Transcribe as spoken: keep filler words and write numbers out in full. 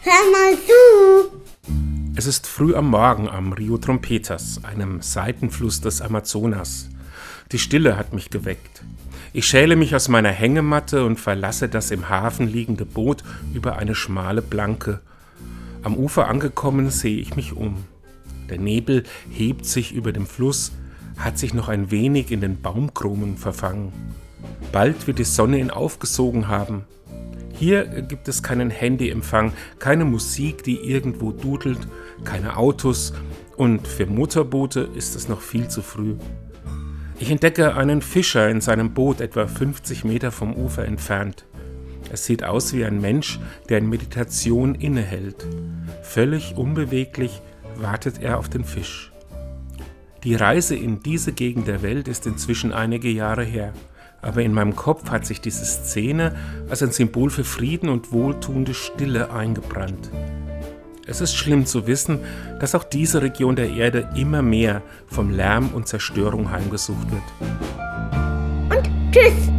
hör mal zu. Es ist früh am Morgen am Rio Trompetas, einem Seitenfluss des Amazonas. Die Stille hat mich geweckt. Ich schäle mich aus meiner Hängematte und verlasse das im Hafen liegende Boot über eine schmale Planke. Am Ufer angekommen, sehe ich mich um. Der Nebel hebt sich über dem Fluss, hat sich noch ein wenig in den Baumkronen verfangen. Bald wird die Sonne ihn aufgesogen haben. Hier gibt es keinen Handyempfang, keine Musik, die irgendwo dudelt, keine Autos und für Motorboote ist es noch viel zu früh. Ich entdecke einen Fischer in seinem Boot etwa fünfzig Meter vom Ufer entfernt. Es sieht aus wie ein Mensch, der in Meditation innehält. Völlig unbeweglich wartet er auf den Fisch. Die Reise in diese Gegend der Welt ist inzwischen einige Jahre her. Aber in meinem Kopf hat sich diese Szene als ein Symbol für Frieden und wohltuende Stille eingebrannt. Es ist schlimm zu wissen, dass auch diese Region der Erde immer mehr vom Lärm und Zerstörung heimgesucht wird. Und tschüss.